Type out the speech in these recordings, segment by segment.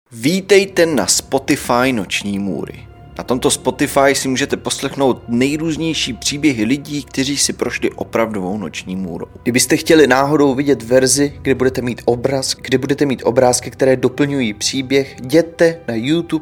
Vítejte na Spotify Noční můry. Na tomto Spotify si můžete poslechnout nejrůznější příběhy lidí, kteří si prošli opravdovou noční můrou. Kdybyste chtěli náhodou vidět verzi, kde budete mít obraz, kde budete mít obrázky, které doplňují příběh, jděte na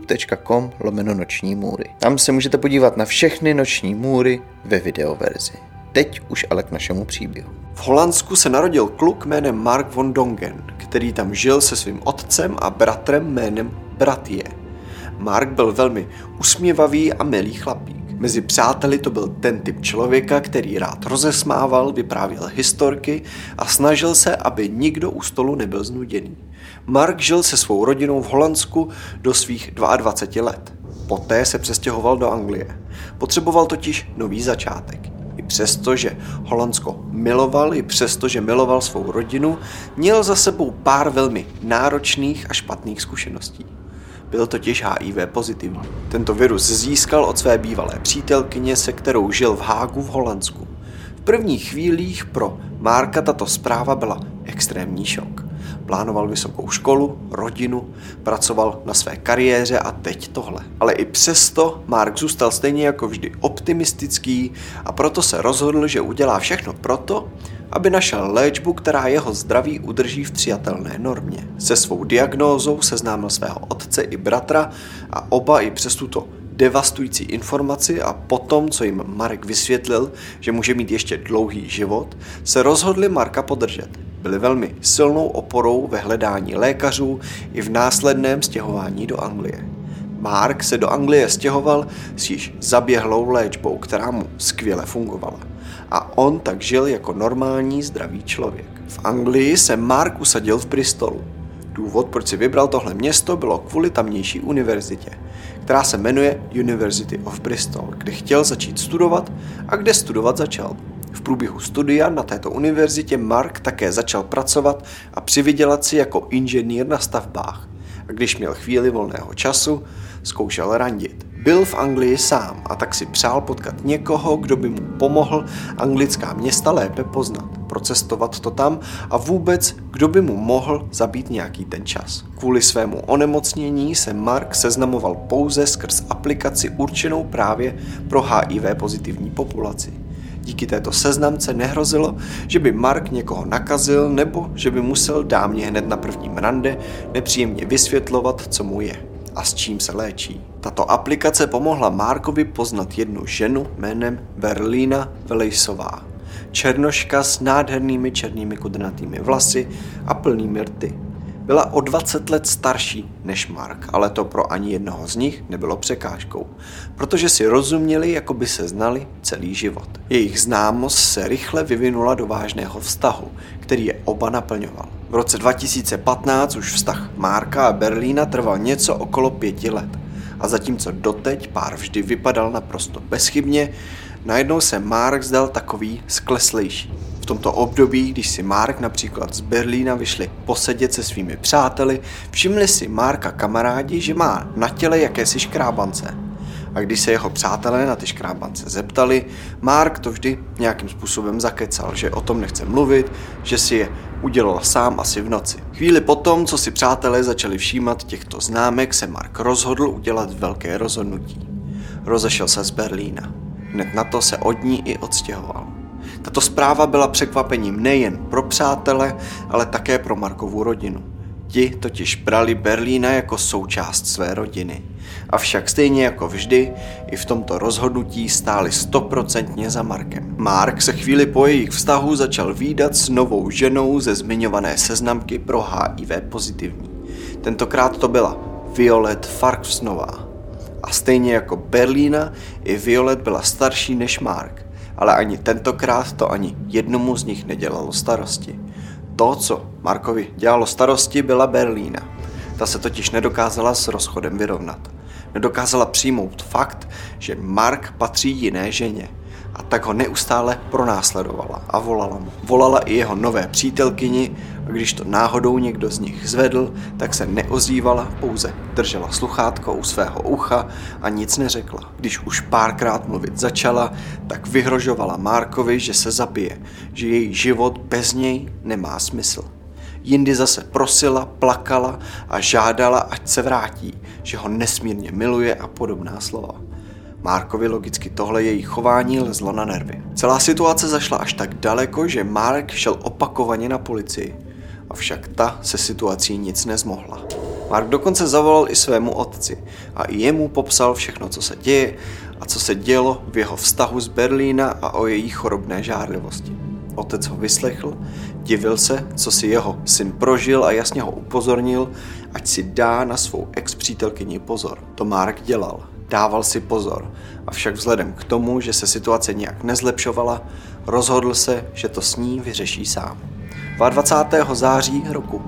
youtube.com/noční můry. Tam se můžete podívat na všechny noční můry ve videoverzi. Teď už ale k našemu příběhu. V Holandsku se narodil kluk jménem Mark von Dongen, který tam žil se svým otcem a bratrem jménem Bratje. Mark byl velmi usměvavý a milý chlapík. Mezi přáteli to byl ten typ člověka, který rád rozesmával, vyprávěl historky a snažil se, aby nikdo u stolu nebyl znuděný. Mark žil se svou rodinou v Holandsku do svých 22 let. Poté se přestěhoval do Anglie. Potřeboval totiž nový začátek. Přestože Holandsko miloval, i přestože miloval svou rodinu, měl za sebou pár velmi náročných a špatných zkušeností. Byl totiž HIV pozitivní. Tento virus získal od své bývalé přítelkyně, se kterou žil v Hágu v Holandsku. V prvních chvílích pro Marka tato zpráva byla extrémní šok. Plánoval vysokou školu, rodinu, pracoval na své kariéře a teď tohle. Ale i přesto Mark zůstal stejně jako vždy optimistický a proto se rozhodl, že udělá všechno proto, aby našel léčbu, která jeho zdraví udrží v přijatelné normě. Se svou diagnózou seznámil svého otce i bratra a oba i přes tuto devastující informaci a potom, co jim Mark vysvětlil, že může mít ještě dlouhý život, se rozhodli Marka podržet. Byli velmi silnou oporou ve hledání lékařů i v následném stěhování do Anglie. Mark se do Anglie stěhoval s již zaběhlou léčbou, která mu skvěle fungovala. A on tak žil jako normální zdravý člověk. V Anglii se Mark usadil v Bristolu. Důvod, proč si vybral tohle město, bylo kvůli tamnější univerzitě, která se jmenuje University of Bristol, kde chtěl začít studovat a kde studovat začal. V průběhu studia na této univerzitě Mark také začal pracovat a přivydělat si jako inženýr na stavbách. A když měl chvíli volného času, zkoušel randit. Byl v Anglii sám a tak si přál potkat někoho, kdo by mu pomohl anglická města lépe poznat, procestovat to tam a vůbec, kdo by mu mohl zabít nějaký ten čas. Kvůli svému onemocnění se Mark seznamoval pouze skrz aplikaci určenou právě pro HIV pozitivní populaci. Díky této seznamce nehrozilo, že by Mark někoho nakazil nebo že by musel dámě hned na prvním rande nepříjemně vysvětlovat, co mu je a s čím se léčí. Tato aplikace pomohla Markovi poznat jednu ženu jménem Berlína Velejsová. Černoška s nádhernými černými kudrnatými vlasy a plnými rty. Byla o 20 let starší než Mark, ale to pro ani jednoho z nich nebylo překážkou, protože si rozuměli, jako by se znali celý život. Jejich známost se rychle vyvinula do vážného vztahu, který je oba naplňoval. V roce 2015 už vztah Marka a Berlína trval něco okolo 5 let. A zatímco doteď pár vždy vypadal naprosto bezchybně, najednou se Mark zdal takový skleslejší. V tomto období, když si Mark například z Berlína vyšli posedět se svými přáteli, všimli si Marka kamarádi, že má na těle jakési škrábance. A když se jeho přátelé na ty škrábance zeptali, Mark to vždy nějakým způsobem zakecal, že o tom nechce mluvit, že si je udělal sám asi v noci. Chvíli potom, co si přátelé začali všímat těchto známek, se Mark rozhodl udělat velké rozhodnutí. Rozešel se z Berlína. Hned na to se od ní i odstěhoval. Tato zpráva byla překvapením nejen pro přátele, ale také pro Markovu rodinu. Ti totiž brali Berlína jako součást své rodiny. Avšak stejně jako vždy, i v tomto rozhodnutí stáli 100% za Markem. Mark se chvíli po jejich vztahu začal vídat s novou ženou ze zmiňované seznamky pro HIV pozitivní. Tentokrát to byla Violet Farksnová. A stejně jako Berlína, i Violet byla starší než Mark, ale ani tentokrát to ani jednomu z nich nedělalo starosti. To, co Markovi dělalo starosti, byla Berlína. Ta se totiž nedokázala s rozchodem vyrovnat. Nedokázala přijmout fakt, že Mark patří jiné ženě. A tak ho neustále pronásledovala a volala mu. Volala i jeho nové přítelkyni a když to náhodou někdo z nich zvedl, tak se neozývala, pouze držela sluchátko u svého ucha a nic neřekla. Když už párkrát mluvit začala, tak vyhrožovala Markovi, že se zabije, že její život bez něj nemá smysl. jindy zase prosila, plakala a žádala, ať se vrátí, že ho nesmírně miluje a podobná slova. Markovi logicky tohle její chování lezlo na nervy. Celá situace zašla až tak daleko, že Mark šel opakovaně na policii, avšak ta se situací nic nezmohla. Mark dokonce zavolal i svému otci a i jemu popsal všechno, co se děje a co se dělo v jeho vztahu z Berlína a o její chorobné žárlivosti. Otec ho vyslechl, divil se, co si jeho syn prožil a jasně ho upozornil, ať si dá na svou ex-přítelkyni pozor. To Mark dělal. Dával si pozor, avšak vzhledem k tomu, že se situace nějak nezlepšovala, rozhodl se, že to s ní vyřeší sám. 22. září roku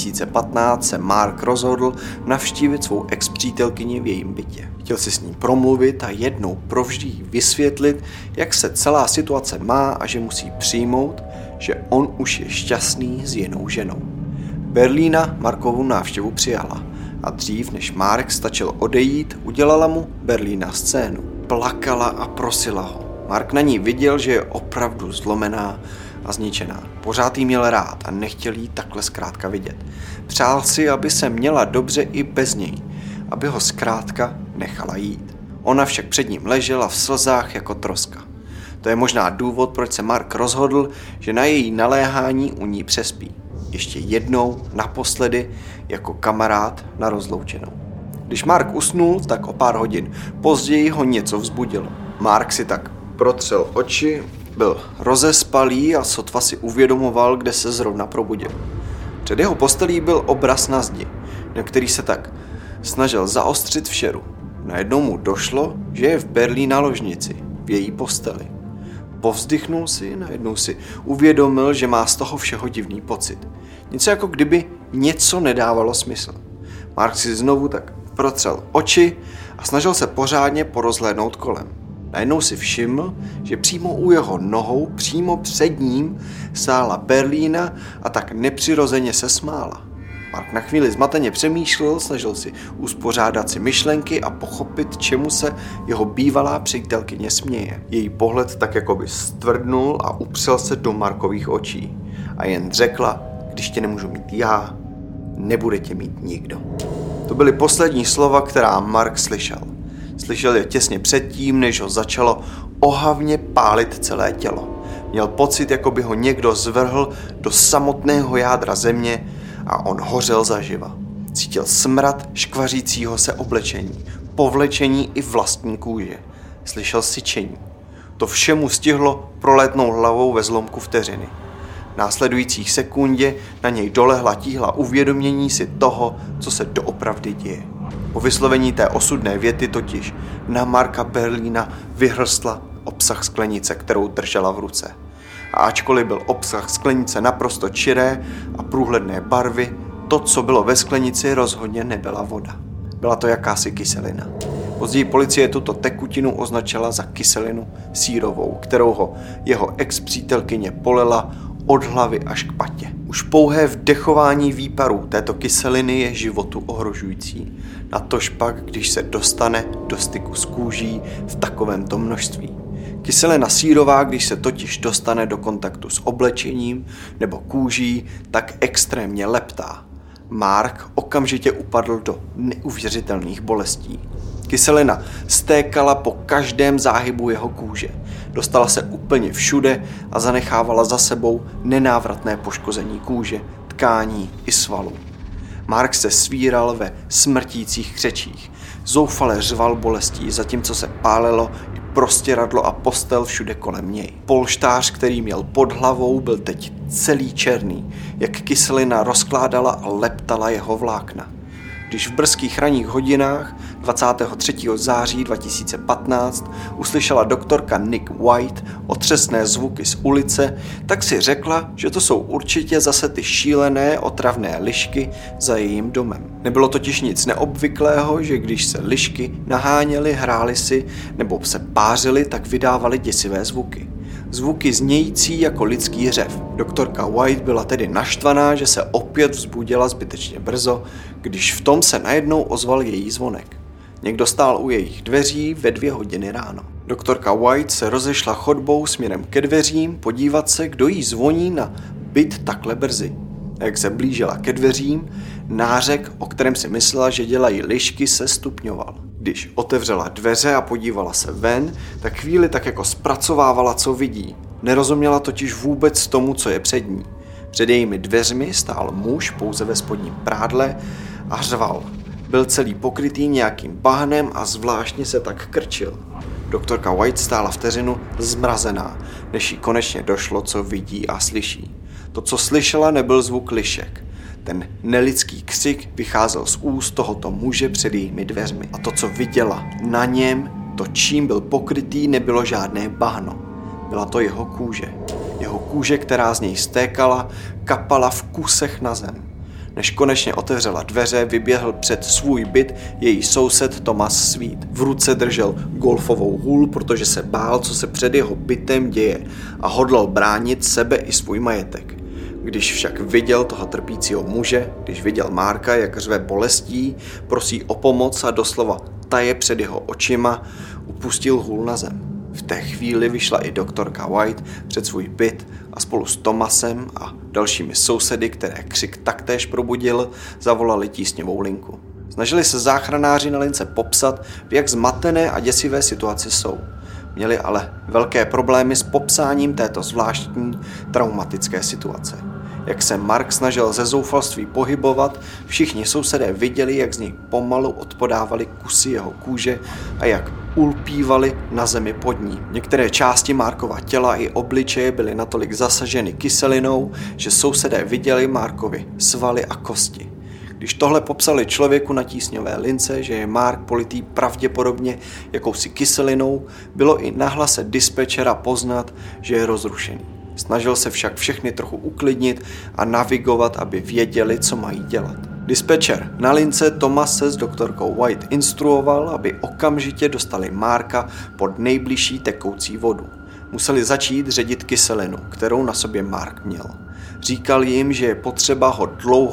2015 se Mark rozhodl navštívit svou ex-přítelkyni v jejím bytě. Chtěl si s ní promluvit a jednou provždy vysvětlit, jak se celá situace má a že musí přijmout, že on už je šťastný s jinou ženou. Berlína Markovu návštěvu přijala a dřív než Mark stačil odejít, udělala mu Berlína scénu. Plakala a prosila ho. Mark na ní viděl, že je opravdu zlomená a zničená. Pořád jí měl rád a nechtěl jí takhle zkrátka vidět. Přál si, aby se měla dobře i bez něj, aby ho zkrátka nechala jít. Ona však před ním ležela v slzách jako troska. To je možná důvod, proč se Mark rozhodl, že na její naléhání u ní přespí. Ještě jednou, naposledy, jako kamarád na rozloučenou. Když Mark usnul, tak o pár hodin později ho něco vzbudilo. Mark si tak protřel oči, byl rozespalý a sotva si uvědomoval, kde se zrovna probudil. Před jeho postelí byl obraz na zdi, na který se tak snažil zaostřit v šeru. Najednou mu došlo, že je v Berlíně na ložnici, v její posteli. Povzdychnul si, najednou si uvědomil, že má z toho všeho divný pocit. Něco jako kdyby něco nedávalo smysl. Mark si znovu tak protřel oči a snažil se pořádně porozhlédnout kolem. Najednou si všiml, že přímo u jeho nohou, přímo před ním, stála Berlína a tak nepřirozeně se smála. Mark na chvíli zmateně přemýšlel, snažil si uspořádat si myšlenky a pochopit, čemu se jeho bývalá přítelkyně směje. Její pohled tak jakoby stvrdnul a upřel se do Markových očí. A jen řekla, když tě nemůžu mít já, nebude tě mít nikdo. To byly poslední slova, která Mark slyšel. Slyšel je těsně předtím, než ho začalo ohavně pálit celé tělo. Měl pocit, jako by ho někdo zvrhl do samotného jádra země a on hořel zaživa. Cítil smrad škvařícího se oblečení, povlečení i vlastní kůže. Slyšel syčení. To vše mu stihlo prolétnout hlavou ve zlomku vteřiny. V následujících sekundě na něj dolehla tíhla uvědomění si toho, co se doopravdy děje. Po vyslovení té osudné věty totiž na Marka Berlína vyhrstla obsah sklenice, kterou držela v ruce. A ačkoliv byl obsah sklenice naprosto čiré a průhledné barvy, to, co bylo ve sklenici, rozhodně nebyla voda. Byla to jakási kyselina. Později policie tuto tekutinu označila za kyselinu sírovou, kterou ho jeho ex-přítelkyně polela od hlavy až k patě. Už pouhé vdechování výparů této kyseliny je životu ohrožující. Natož pak, když se dostane do styku s kůží v takovémto množství. Kyselina sírová, když se totiž dostane do kontaktu s oblečením nebo kůží, tak extrémně leptá. Mark okamžitě upadl do neuvěřitelných bolestí. Kyselina stékala po každém záhybu jeho kůže. Dostala se úplně všude a zanechávala za sebou nenávratné poškození kůže, tkání i svalů. Mark se svíral ve smrtících křečích. Zoufale řval bolestí, zatímco se pálilo i prostěradlo a postel všude kolem něj. Polštář, který měl pod hlavou, byl teď celý černý, jak kyselina rozkládala a leptala jeho vlákna. Když v brzkých ranních hodinách 23. září 2015 uslyšela doktorka Nick White otřesné zvuky z ulice, tak si řekla, že to jsou určitě zase ty šílené otravné lišky za jejím domem. Nebylo totiž nic neobvyklého, že když se lišky naháněly, hrály si nebo se pářily, tak vydávaly děsivé zvuky. Zvuky znějící jako lidský řev. Doktorka White byla tedy naštvaná, že se opět vzbudila zbytečně brzo, když v tom se najednou ozval její zvonek. Někdo stál u jejich dveří ve 2 hodiny ráno. Doktorka White se rozešla chodbou směrem ke dveřím podívat se, kdo jí zvoní na byt takhle brzy. A jak se blížila ke dveřím, nářek, o kterém si myslela, že dělají lišky, se stupňoval. Když otevřela dveře a podívala se ven, tak chvíli tak jako zpracovávala, co vidí. Nerozuměla totiž vůbec tomu, co je před ní. Před jejími dveřmi stál muž pouze ve spodním prádle a řval. Byl celý pokrytý nějakým bahnem a zvláštně se tak krčil. Doktorka White stála vteřinu zmrazená, než jí konečně došlo, co vidí a slyší. To, co slyšela, nebyl zvuk lišek. Ten nelidský křik vycházel z úst tohoto muže před jejími dveřmi. A to, co viděla na něm, to, čím byl pokrytý, nebylo žádné bahno. Byla to jeho kůže. Jeho kůže, která z něj stékala, kapala v kusech na zem. Než konečně otevřela dveře, vyběhl před svůj byt její soused Thomas Sweet. V ruce držel golfovou hůl, protože se bál, co se před jeho bytem děje a hodlal bránit sebe i svůj majetek. Když však viděl toho trpícího muže, když viděl Marka, jak řve bolestí, prosí o pomoc a doslova taje před jeho očima, upustil hůl na zem. V té chvíli vyšla i doktorka White před svůj byt a spolu s Thomasem a dalšími sousedy, které křik taktéž probudil, zavolali tísňovou linku. Snažili se záchranáři na lince popsat, v jak zmatené a děsivé situaci jsou. Měli ale velké problémy s popsáním této zvláštní traumatické situace. Jak se Mark snažil ze zoufalství pohybovat, všichni sousedé viděli, jak z něj pomalu odpodávali kusy jeho kůže a jak ulpívali na zemi pod ní. Některé části Markova těla i obličeje byly natolik zasaženy kyselinou, že sousedé viděli Markovi svaly a kosti. Když tohle popsali člověku na tísňové lince, že je Mark politý pravděpodobně jakousi kyselinou, bylo i na hlase dispečera poznat, že je rozrušený. Snažil se však všechny trochu uklidnit a navigovat, aby věděli, co mají dělat. Dispečer na lince Thomas se s doktorkou White instruoval, aby okamžitě dostali Marka pod nejbližší tekoucí vodu. Museli začít ředit kyselinu, kterou na sobě Mark měl. Říkal jim, že je potřeba ho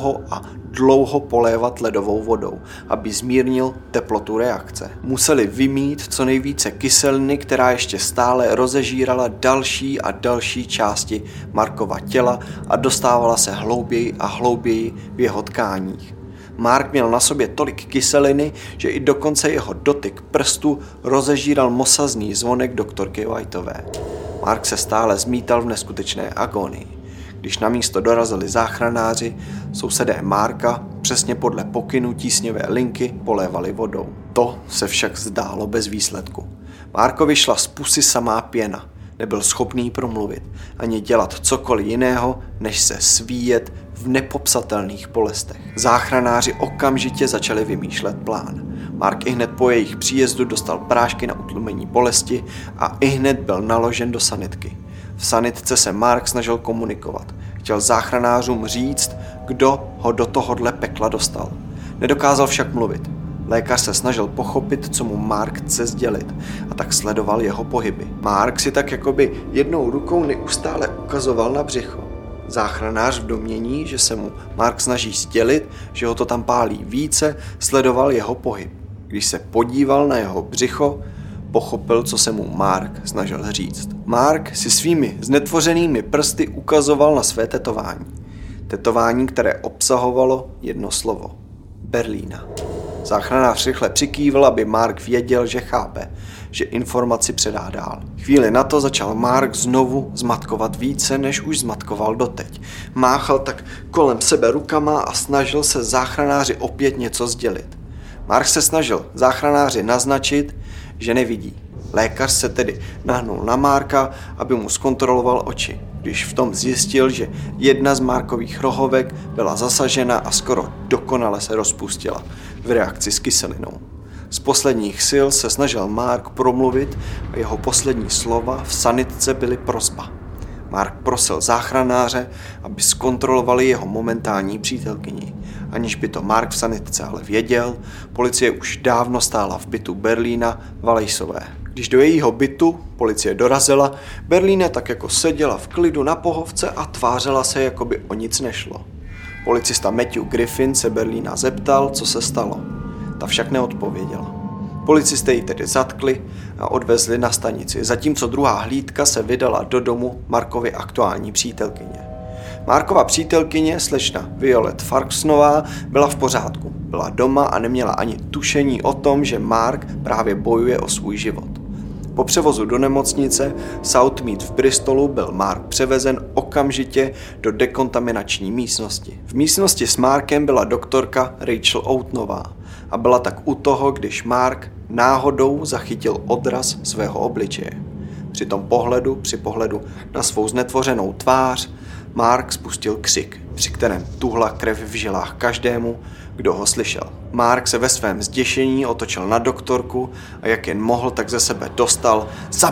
dlouho polévat ledovou vodou, aby zmírnil teplotu reakce. Museli vymít co nejvíce kyseliny, která ještě stále rozežírala další a další části Markova těla a dostávala se hlouběji a hlouběji v jeho tkáních. Mark měl na sobě tolik kyseliny, že i dokonce jeho dotyk prstu rozežíral mosazný zvonek doktorky Whiteové. Mark se stále zmítal v neskutečné agonii. Když na místo dorazili záchranáři, sousedé Marka přesně podle pokynu tísňové linky polévali vodou. To se však zdálo bez výsledku. Markovi šla z pusy samá pěna. Nebyl schopný promluvit, ani dělat cokoliv jiného, než se svíjet v nepopsatelných bolestech. Záchranáři okamžitě začali vymýšlet plán. Mark ihned po jejich příjezdu dostal prášky na utlumení bolesti a ihned byl naložen do sanitky. V sanitce se Mark snažil komunikovat. Chtěl záchranářům říct, kdo ho do tohodle pekla dostal. Nedokázal však mluvit. Lékař se snažil pochopit, co mu Mark chce sdělit, a tak sledoval jeho pohyby. Mark si tak jakoby jednou rukou neustále ukazoval na břicho. Záchranář v domnění, že se mu Mark snaží sdělit, že ho to tam pálí více, sledoval jeho pohyb. Když se podíval na jeho břicho, pochopil, co se mu Mark snažil říct. Mark si svými znetvořenými prsty ukazoval na své tetování. Tetování, které obsahovalo jedno slovo. Berlína. Záchranář rychle přikývl, aby Mark věděl, že chápe, že informaci předá dál. Chvíli na to začal Mark znovu zmatkovat více, než už zmatkoval doteď. Máchal tak kolem sebe rukama a snažil se záchranáři opět něco sdělit. Mark se snažil záchranáři naznačit, že nevidí. Lékař se tedy nahnul na Marka, aby mu zkontroloval oči. Když v tom zjistil, že jedna z Markových rohovek byla zasažena a skoro dokonale se rozpustila v reakci s kyselinou. Z posledních sil se snažil Mark promluvit a jeho poslední slova v sanitce byly prosba. Mark prosil záchranáře, aby zkontrolovali jeho momentální přítelkyni. Aniž by to Mark v sanitce ale věděl, policie už dávno stála v bytu Berlína Valejsové. Když do jejího bytu policie dorazila, Berlína tak jako seděla v klidu na pohovce a tvářela se, jako by o nic nešlo. Policista Matthew Griffin se Berlína zeptal, co se stalo. Ta však neodpověděla. Policisté ji tedy zatkli a odvezli na stanici, zatímco druhá hlídka se vydala do domu Markovy aktuální přítelkyně. Markova přítelkyně, slečna Violet Farquharsonová, byla v pořádku. Byla doma a neměla ani tušení o tom, že Mark právě bojuje o svůj život. Po převozu do nemocnice Southmead v Bristolu byl Mark převezen okamžitě do dekontaminační místnosti. V místnosti s Markem byla doktorka Rachel Outonová a byla tak u toho, když Mark náhodou zachytil odraz svého obličeje. Při pohledu na svou znetvořenou tvář Mark spustil křik, při kterém tuhla krev v žilách každému, kdo ho slyšel. Mark se ve svém zděšení otočil na doktorku a jak jen mohl, tak ze sebe dostal: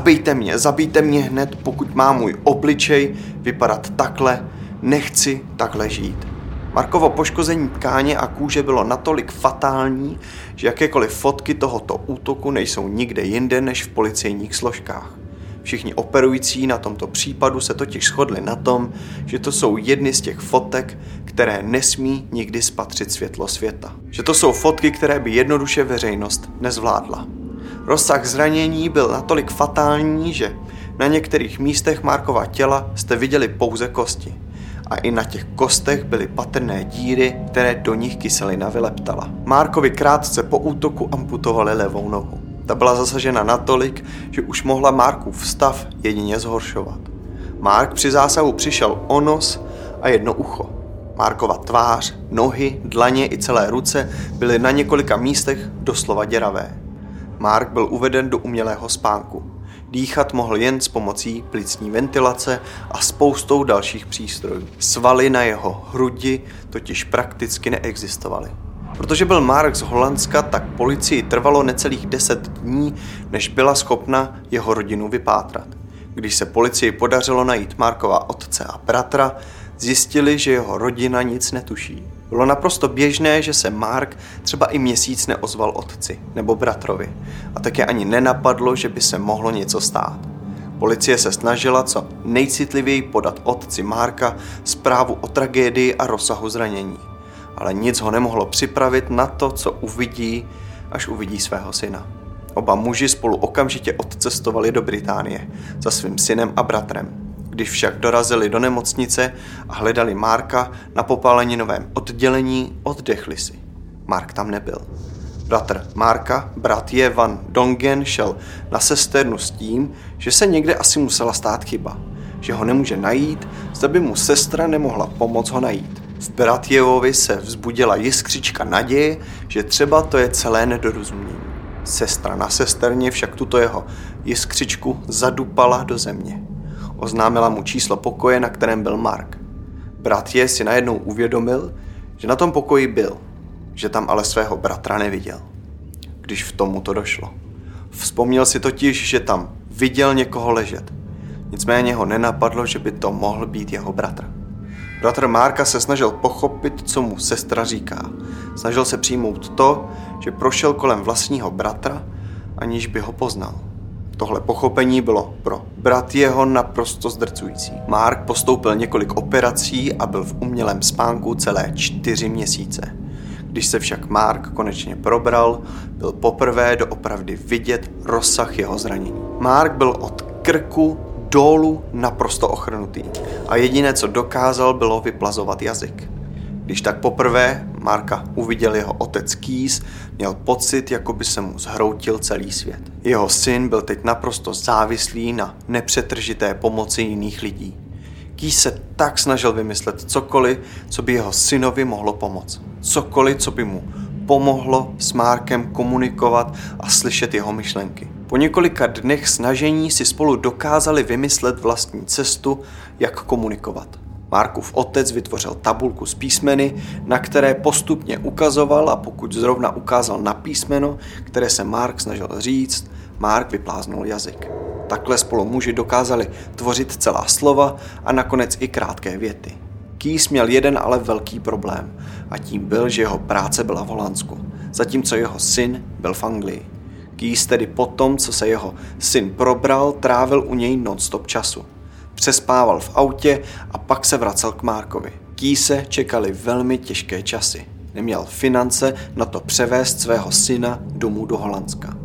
zabijte mě hned, pokud má můj obličej vypadat takhle, nechci takhle žít. Markovo poškození tkáně a kůže bylo natolik fatální, že jakékoliv fotky tohoto útoku nejsou nikde jinde než v policejních složkách. Všichni operující na tomto případu se totiž shodli na tom, že to jsou jedny z těch fotek, které nesmí nikdy spatřit světlo světa. Že to jsou fotky, které by jednoduše veřejnost nezvládla. Rozsah zranění byl natolik fatální, že na některých místech Markova těla jste viděli pouze kosti. A i na těch kostech byly patrné díry, které do nich kyselina vyleptala. Markovi krátce po útoku amputovali levou nohu. Ta byla zasažena natolik, že už mohla Markův stav jedině zhoršovat. Mark při zásahu přišel o nos a jedno ucho. Markova tvář, nohy, dlaně i celé ruce byly na několika místech doslova děravé. Mark byl uveden do umělého spánku. Dýchat mohl jen s pomocí plicní ventilace a spoustou dalších přístrojů. Svaly na jeho hrudi totiž prakticky neexistovaly. Protože byl Mark z Holandska, tak policii trvalo necelých 10 dní, než byla schopna jeho rodinu vypátrat. Když se policii podařilo najít Markova otce a bratra, zjistili, že jeho rodina nic netuší. Bylo naprosto běžné, že se Mark třeba i měsíc neozval otci nebo bratrovi a také ani nenapadlo, že by se mohlo něco stát. Policie se snažila co nejcitlivěji podat otci Marka zprávu o tragédii a rozsahu zranění, ale nic ho nemohlo připravit na to, co uvidí, až uvidí svého syna. Oba muži spolu okamžitě odcestovali do Británie za svým synem a bratrem. Když však dorazili do nemocnice a hledali Marka na popáleninovém oddělení, oddechli si. Mark tam nebyl. Bratr Marka, brat Je van Dongen, šel na sesternu s tím, že se někde asi musela stát chyba, že ho nemůže najít, zda by mu sestra nemohla pomoct ho najít. V Bratjevovi se vzbudila jiskřička naděje, že třeba to je celé nedorozumění. Sestra na sesterně však tuto jeho jiskřičku zadupala do země. Oznámila mu číslo pokoje, na kterém byl Mark. Brat Je si najednou uvědomil, že na tom pokoji byl, že tam ale svého bratra neviděl. Když v tomu to došlo. Vzpomněl si totiž, že tam viděl někoho ležet. Nicméně ho nenapadlo, že by to mohl být jeho bratr. Bratr Marka se snažil pochopit, co mu sestra říká. Snažil se přijmout to, že prošel kolem vlastního bratra, aniž by ho poznal. Tohle pochopení bylo pro Bratjeho naprosto zdrcující. Mark postoupil několik operací a byl v umělém spánku celé 4 měsíce. Když se však Mark konečně probral, byl poprvé doopravdy vidět rozsah jeho zranění. Mark byl od krku dolů naprosto ochrnutý a jediné, co dokázal, bylo vyplazovat jazyk. Když tak poprvé Marka uviděl jeho otec Keith, měl pocit, jako by se mu zhroutil celý svět. Jeho syn byl teď naprosto závislý na nepřetržité pomoci jiných lidí. Keith se tak snažil vymyslet cokoliv, co by jeho synovi mohlo pomoct. Cokoliv, co by mu pomohlo s Markem komunikovat a slyšet jeho myšlenky. Po několika dnech snažení si spolu dokázali vymyslet vlastní cestu, jak komunikovat. Markův otec vytvořil tabulku s písmeny, na které postupně ukazoval, a pokud zrovna ukázal na písmeno, které se Mark snažil říct, Mark vypláznul jazyk. Takhle spolu muži dokázali tvořit celá slova a nakonec i krátké věty. Keith měl jeden ale velký problém a tím byl, že jeho práce byla v Holandsku, zatímco jeho syn byl v Anglii. Keith tedy po tom, co se jeho syn probral, trávil u něj non-stop času. Přespával v autě a pak se vracel k Markovi. Keithe čekali velmi těžké časy. Neměl finance na to převést svého syna domů do Holandska.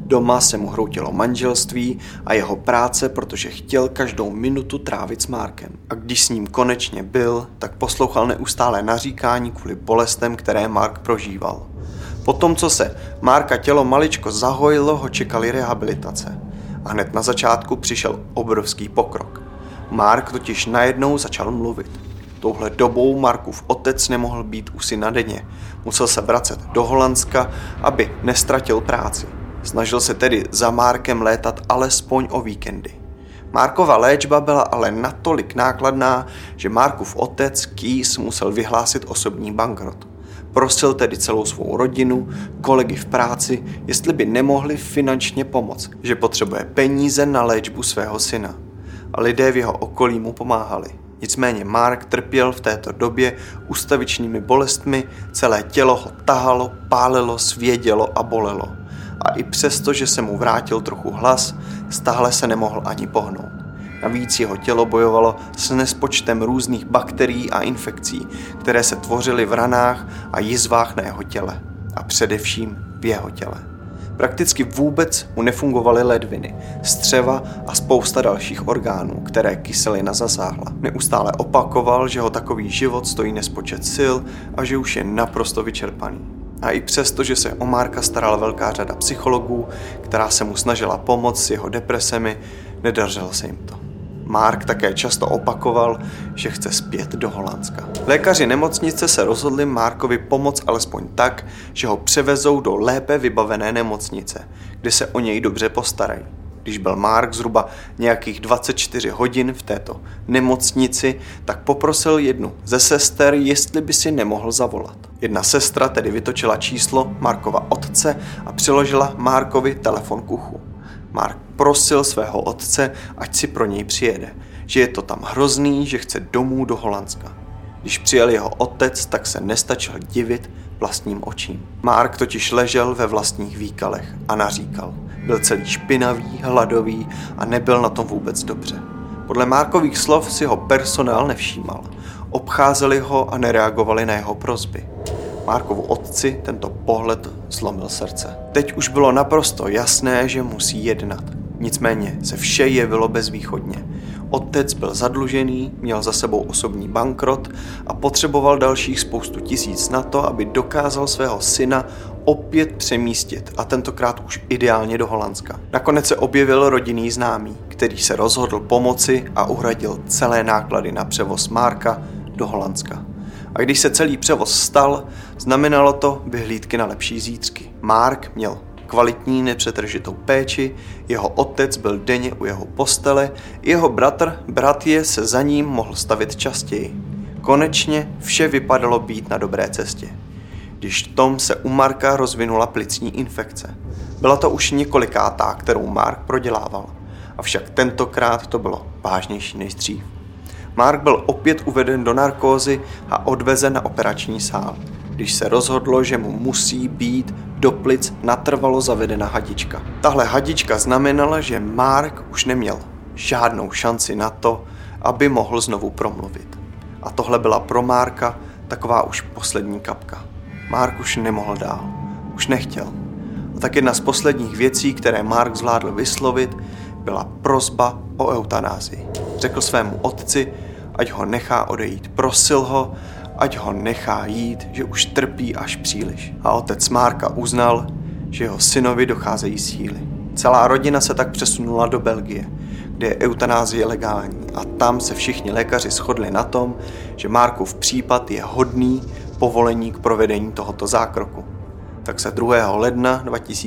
Doma se mu hroutilo manželství a jeho práce, protože chtěl každou minutu trávit s Markem. A když s ním konečně byl, tak poslouchal neustále naříkání kvůli bolestem, které Mark prožíval. Po tom, co se Marka tělo maličko zahojilo, ho čekaly rehabilitace. A hned na začátku přišel obrovský pokrok. Mark totiž najednou začal mluvit. Touhle dobou Markův otec nemohl být u syna denně. Musel se vracet do Holandska, aby nestratil práci. Snažil se tedy za Markem létat alespoň o víkendy. Markova léčba byla ale natolik nákladná, že Markův otec Kees musel vyhlásit osobní bankrot. Prosil tedy celou svou rodinu, kolegy v práci, jestli by nemohli finančně pomoct, že potřebuje peníze na léčbu svého syna. A lidé v jeho okolí mu pomáhali. Nicméně Mark trpěl v této době ustavičnými bolestmi, celé tělo ho tahalo, pálilo, svědělo a bolelo. A i přesto, že se mu vrátil trochu hlas, stále se nemohl ani pohnout. Navíc jeho tělo bojovalo s nespočtem různých bakterií a infekcí, které se tvořily v ranách a jizvách na jeho těle. A především v jeho těle. Prakticky vůbec mu nefungovaly ledviny, střeva a spousta dalších orgánů, které kyselina zasáhla. Neustále opakoval, že ho takový život stojí nespočet sil a že už je naprosto vyčerpaný. A i přesto, že se o Marka starala velká řada psychologů, která se mu snažila pomoct s jeho depresemi, nedařilo se jim to. Mark také často opakoval, že chce zpět do Holandska. Lékaři nemocnice se rozhodli Markovi pomoct alespoň tak, že ho převezou do lépe vybavené nemocnice, kde se o něj dobře postarají. Když byl Mark zhruba nějakých 24 hodin v této nemocnici, tak poprosil jednu ze sester, jestli by si nemohl zavolat. Jedna sestra tedy vytočila číslo Markova otce a přiložila Markovi telefon k uchu. Mark prosil svého otce, ať si pro něj přijede, že je to tam hrozný, že chce domů do Holandska. Když přijel jeho otec, tak se nestačil divit vlastním očím. Mark totiž ležel ve vlastních výkalech a naříkal. Byl celý špinavý, hladový a nebyl na tom vůbec dobře. Podle Markových slov si ho personál nevšímal. Obcházeli ho a nereagovali na jeho prosby. Markovu otci tento pohled zlomil srdce. Teď už bylo naprosto jasné, že musí jednat. Nicméně se vše jevilo bezvýchodně. Otec byl zadlužený, měl za sebou osobní bankrot a potřeboval dalších spoustu tisíc na to, aby dokázal svého syna opět přemístit a tentokrát už ideálně do Holandska. Nakonec se objevil rodinný známý, který se rozhodl pomoci a uhradil celé náklady na převoz Marka do Holandska. A když se celý převoz stal, znamenalo to vyhlídky na lepší zítřky. Mark měl kvalitní nepřetržitou péči, jeho otec byl denně u jeho postele, jeho bratr se za ním mohl stavit častěji. Konečně vše vypadalo být na dobré cestě. Když v tom se u Marka rozvinula plicní infekce. Byla to už několikátá, kterou Mark prodělával. Avšak tentokrát to bylo vážnější než dřív. Mark byl opět uveden do narkózy a odvezen na operační sál, když se rozhodlo, že mu musí být do plic natrvalo zavedena hadička. Tahle hadička znamenala, že Mark už neměl žádnou šanci na to, aby mohl znovu promluvit. A tohle byla pro Marka taková už poslední kapka. Mark už nemohl dál, už nechtěl. A tak jedna z posledních věcí, které Mark zvládl vyslovit, byla prosba o eutanázii. Řekl svému otci, ať ho nechá odejít. Prosil ho, ať ho nechá jít, že už trpí až příliš. A otec Marka uznal, že jeho synovi docházejí síly. Celá rodina se tak přesunula do Belgie, kde je eutanázie legální. A tam se všichni lékaři shodli na tom, že Markův případ je hodný povolení k provedení tohoto zákroku. Tak se 2. ledna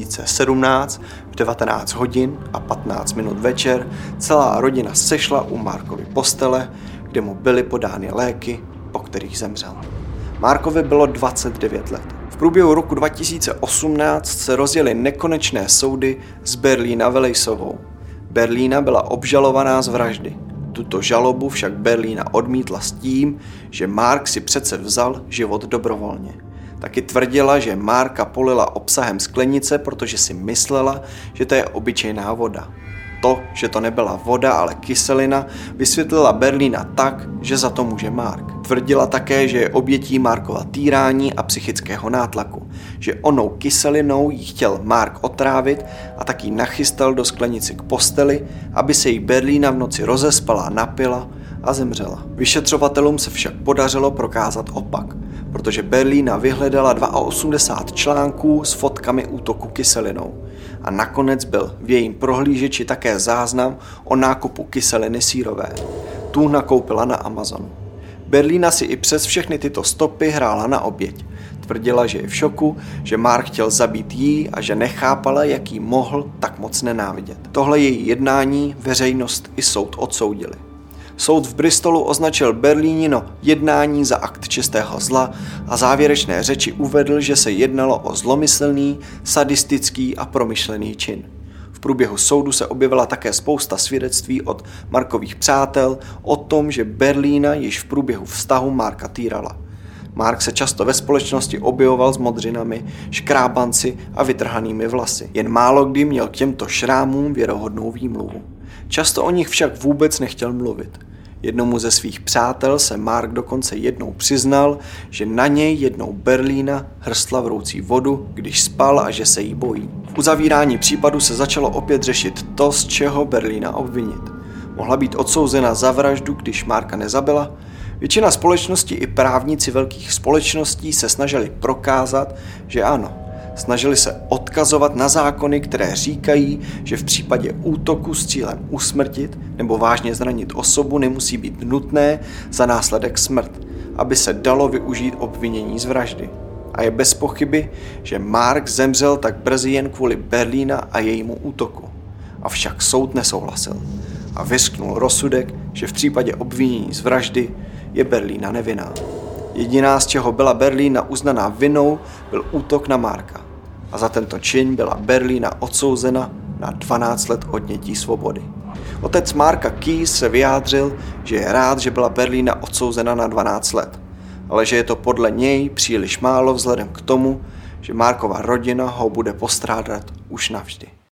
2017 v 19 hodin a 15 minut večer celá rodina sešla u Markovy postele, kde mu byly podány léky, po kterých zemřel. Markovi bylo 29 let. V průběhu roku 2018 se rozjely nekonečné soudy s Berlína Velejsovou. Berlína byla obžalovaná z vraždy. Tuto žalobu však Berlína odmítla s tím, že Mark si přece vzal život dobrovolně. Taky tvrdila, že Marka polila obsahem sklenice, protože si myslela, že to je obyčejná voda. To, že to nebyla voda, ale kyselina, vysvětlila Berlína tak, že za to může Mark. Tvrdila také, že je obětí Markova týrání a psychického nátlaku, že onou kyselinou jí chtěl Mark otrávit a tak ji nachystal do sklenici k posteli, aby se jí Berlína v noci rozespala, napila a zemřela. Vyšetřovatelům se však podařilo prokázat opak, protože Berlína vyhledala 82 článků s fotkami útoku kyselinou. A nakonec byl v jejím prohlížeči také záznam o nákupu kyseliny sýrové. Tu nakoupila na Amazonu. Berlína si i přes všechny tyto stopy hrála na oběť. Tvrdila, že je v šoku, že Mark chtěl zabít jí a že nechápala, jak jí mohl tak moc nenávidět. Tohle její jednání veřejnost i soud odsoudili. Soud v Bristolu označil Berlínino jednání za akt čistého zla a závěrečné řeči uvedl, že se jednalo o zlomyslný, sadistický a promyšlený čin. V průběhu soudu se objevila také spousta svědectví od Markových přátel o tom, že Berlína již v průběhu vztahu Marka týrala. Mark se často ve společnosti objevoval s modřinami, škrábanci a vytrhanými vlasy. Jen málo kdy měl k těmto šrámům věrohodnou výmluvu. Často o nich však vůbec nechtěl mluvit. Jednomu ze svých přátel se Mark dokonce jednou přiznal, že na něj jednou Berlína hrstla vroucí vodu, když spal a že se jí bojí. V uzavírání případu se začalo opět řešit to, z čeho Berlína obvinit. Mohla být odsouzena za vraždu, když Marka nezabila? Většina společností i právníci velkých společností se snažili prokázat, že ano. Snažili se odkazovat na zákony, které říkají, že v případě útoku s cílem usmrtit nebo vážně zranit osobu nemusí být nutné za následek smrt, aby se dalo využít obvinění z vraždy. A je bez pochyby, že Mark zemřel tak brzy jen kvůli Berlína a jejímu útoku. Avšak soud nesouhlasil a vyřknul rozsudek, že v případě obvinění z vraždy je Berlína nevinná. Jediná, z čeho byla Berlína uznaná vinou, byl útok na Marka. A za tento čin byla Berlína odsouzena na 12 let odnětí svobody. Otec Marka Keyes se vyjádřil, že je rád, že byla Berlína odsouzena na 12 let, ale že je to podle něj příliš málo vzhledem k tomu, že Markova rodina ho bude postrádat už navždy.